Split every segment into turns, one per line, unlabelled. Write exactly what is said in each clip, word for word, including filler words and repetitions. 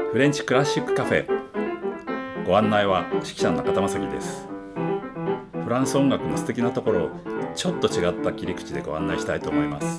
フレンチクラシックカフェ、ご案内は指揮者の中田正樹です。フランス音楽の素敵なところをちょっと違った切り口でご案内したいと思います。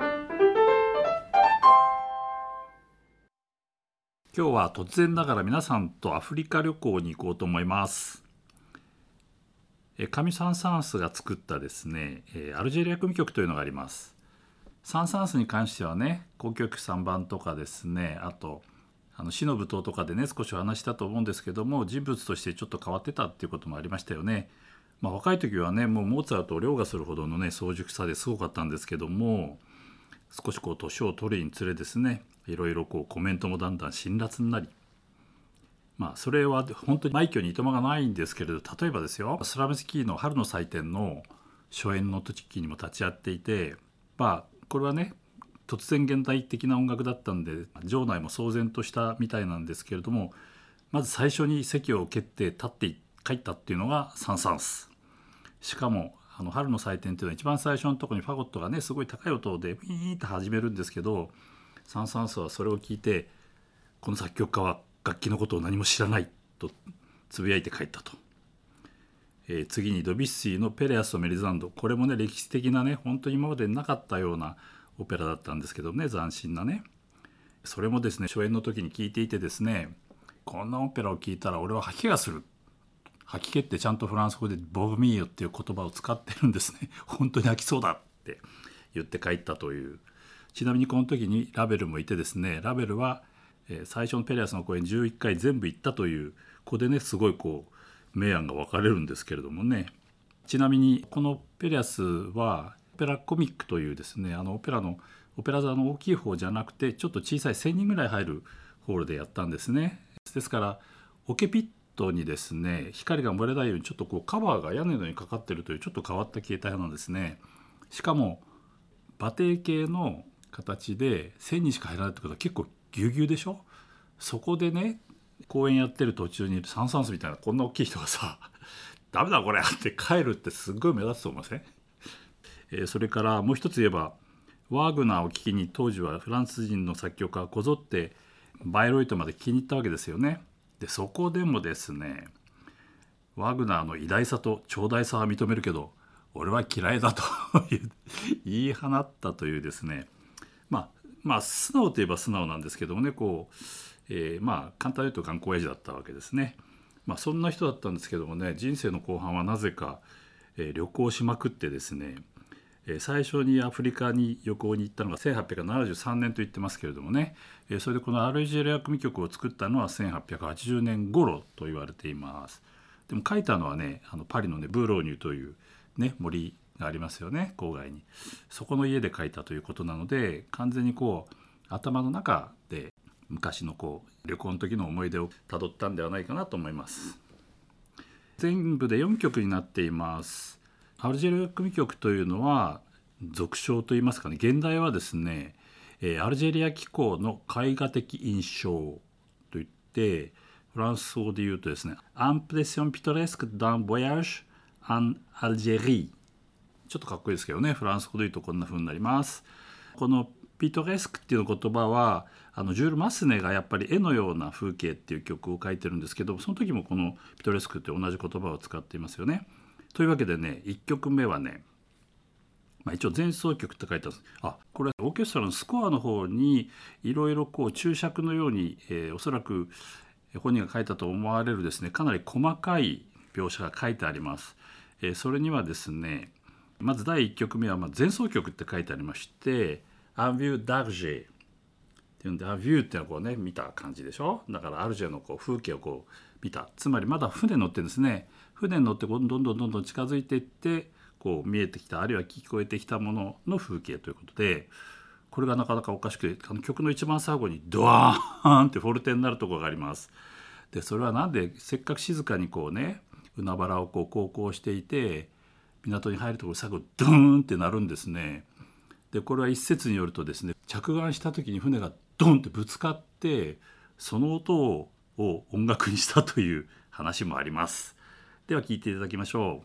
今日は突然ながら皆さんとアフリカ旅行に行こうと思います。カミ・サン・サーンスが作ったですね、アルジェリア組曲というのがあります。サン・サーンスに関してはね、交響曲さんばんとかですね、あとあの死の舞踏とかでね少しお話したと思うんですけども、人物としてちょっと変わってたっていうこともありましたよね。まあ、若い時はねもうモーツァルトを凌駕するほどのね早熟さですごかったんですけども、少しこう年を取るにつれですね、いろいろこうコメントもだんだん辛辣になり、まあそれは本当に枚挙にいとまがないんですけれど、例えばですよ、スラムスキーの春の祭典の初演の時にも立ち会っていて、まあこれはね突然現代的な音楽だったんで場内も騒然としたみたいなんですけれども、まず最初に席を蹴って立って帰ったっていうのがサン・サンス。しかもあの春の祭典っていうのは一番最初のところにファゴットがねすごい高い音でウィーンって始めるんですけど、サン・サンスはそれを聞いて、この作曲家は楽器のことを何も知らないとつぶやいて帰ったと。えー、次にドビュッシーのペレアスとメリザンド、これもね歴史的なね本当に今までなかったようなオペラだったんですけどね、斬新なね。それもですね初演の時に聞いていてですね、こんなオペラを聞いたら俺は吐き気がする。吐き気ってちゃんとフランス語でボブミーヨっていう言葉を使ってるんですね。本当に吐きそうだって言って帰ったという。ちなみにこの時にラベルもいてですね、ラベルは、えー、最初のペレアスの公演じゅういっかい全部行ったという、ここでねすごいこう明暗が分かれるんですけれどもね。ちなみにこのペレアスはオペラコミックというですね、あのオペラのオペラ座の大きい方じゃなくてちょっと小さいせんにんぐらい入るホールでやったんですね。ですからオケピットにですね光が漏れないようにちょっとこうカバーが屋根の上にかかっているというちょっと変わった形態なんですね。しかも馬蹄形の形でせんにんしか入らないってことは結構ぎゅうぎゅうでしょ。そこでね公演やってる途中にサン・サンスみたいなこんな大きい人がさダメだこれって帰るってすっごい目立つと思いません？えー、それからもう一つ言えば、ワーグナーを聴きに当時はフランス人の作曲家がこぞってバイロイトまで聴きに行ったわけですよね。でそこでもですね、ワーグナーの偉大さと長大さは認めるけど俺は嫌いだと言い放ったというですね、まあまあ素直といえば素直なんですけどもね、こう、えー、まあ簡単に言うと頑固親父だったわけですね。まあそんな人だったんですけどもね、人生の後半はなぜか、えー、旅行しまくってですね、えー、最初にアフリカに旅行に行ったのがせんはっぴゃくななじゅうさんねんと言ってますけれどもね、えー、それでこのアルジェリア組曲を作ったのはせんはっぴゃくはちじゅうねん頃と言われています。でも書いたのはね、あのパリのねブーローニュというね森がありますよね、郊外に。そこの家で書いたということなので、完全にこう頭の中で昔のこう旅行の時の思い出をたどったんではないかなと思います。全部でよんきょくになっています。アルジェリア組曲というのは俗称といいますかね、現代はですね、えーアルジェリア気候の絵画的印象といって、フランス語で言うとですね、アンプレッションピトレスクダンボヤージュアンアルジェリー、ちょっとかっこいいですけどね、フランス語で言うとこんな風になります。このピトレスクっていう言葉はあのジュール・マスネがやっぱり絵のような風景っていう曲を書いてるんですけど、その時もこのピトレスクって同じ言葉を使っていますよね。というわけでね、いっきょくめはね、まあ、一応前奏曲って書いてあるんです。あ、これオーケストラのスコアの方にいろいろこう注釈のように、えー、おそらく本人が書いたと思われるですね、かなり細かい描写が書いてあります。えー、それにはですね、まずだいいっきょくめはまあ前奏曲って書いてありまして、アンビュー・ダルジェっていうんで、アンビューっていうのはこうね見た感じでしょ。だからアルジェのこう風景をこう見た、つまりまだ船乗ってるんですね。船に乗ってこうどんどんどんどん近づいていって、こう見えてきたあるいは聞こえてきたものの風景ということで、これがなかなかおかしくて、あの曲の一番最後にドワーンってフォルテになるところがあります。でそれはなんで、せっかく静かにこうね海原をこう航行していて港に入るところ最後ドーンってなるんですね。でこれは一説によるとですね、着岸した時に船がドンってぶつかってその音を音楽にしたという話もあります。では聞いていただきましょう。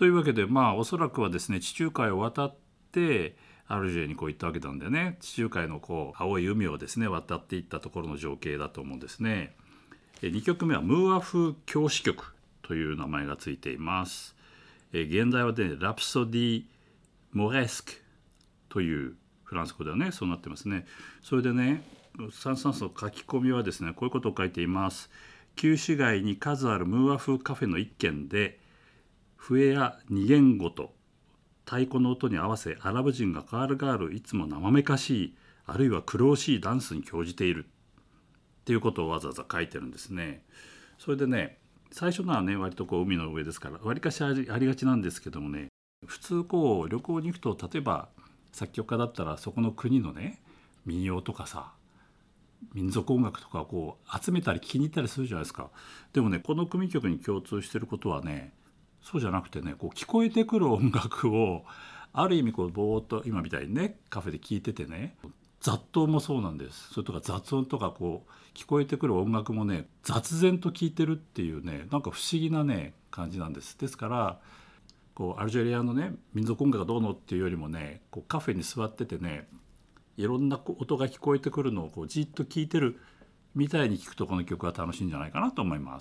というわけでまあおそらくはですね地中海を渡ってアルジェにこう行ったわけなんでね、地中海のこう青い海をですね渡っていったところの情景だと思うんですね。にきょくめはムーア風教師曲という名前がついています。現代はねラプソディ・モレスクというフランス語ではねそうなってますね。それでねサン・サンスの書き込みはですねこういうことを書いています。旧市街に数あるムーア風カフェの一軒で笛や二弦ごと太鼓の音に合わせアラブ人がガールガールいつも生めかしいあるいは苦労しいダンスに興じているっていうことをわざわざ書いてるんですね。それでね最初のはね割とこう海の上ですからわりかしありがちなんですけどもね、普通こう旅行に行くと例えば作曲家だったらそこの国のね民謡とかさ民族音楽とかをこう集めたり聴きに行ったりするじゃないですか。でもねこの組曲に共通してることはねそうじゃなくてねこう聞こえてくる音楽をある意味こうぼーっと今みたいにねカフェで聴いててね、雑踏もそうなんです。それとか雑音とかこう聞こえてくる音楽もね雑然と聴いてるっていうねなんか不思議なね感じなんです。ですからこうアルジェリアのね民族音楽がどうのっていうよりもねこうカフェに座っててねいろんな音が聞こえてくるのをこうじっと聴いてるみたいに聞くとこの曲は楽しいんじゃないかなと思います。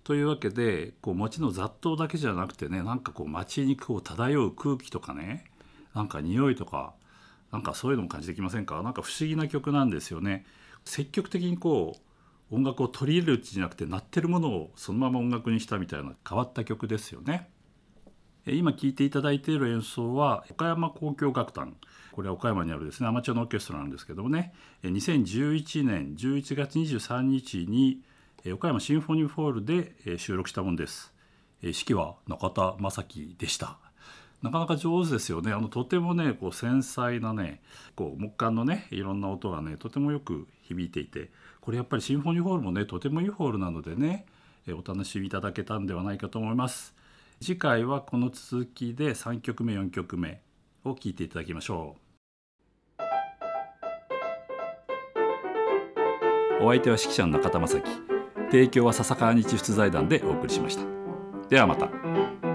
というわけでこう街の雑踏だけじゃなくてね、なんかこう街にこう漂う空気とかね、なんか匂いとか、なんかそういうのも感じてきませんか？なんか不思議な曲なんですよね。積極的にこう音楽を取り入れるうちじゃなくて、鳴ってるものをそのまま音楽にしたみたいな変わった曲ですよね。今聴いていただいている演奏は岡山交響楽団、これは岡山にあるですねアマチュアのオーケストラなんですけどもね、にせんじゅういちねんじゅういちがつにじゅうさんにちに岡山シンフォニーホールで収録したものです。指揮は中田正樹でした。なかなか上手ですよね。あのとてもねこう繊細なねこう木管のねいろんな音がねとてもよく響いていて、これやっぱりシンフォニーホールもねとてもいいホールなのでね、お楽しみいただけたんではないかと思います。次回はこの続きでさんきょくめよんきょくめを聴いていただきましょう。お相手は指揮者の中田正樹、提供は笹川日出財団でお送りしました。ではまた。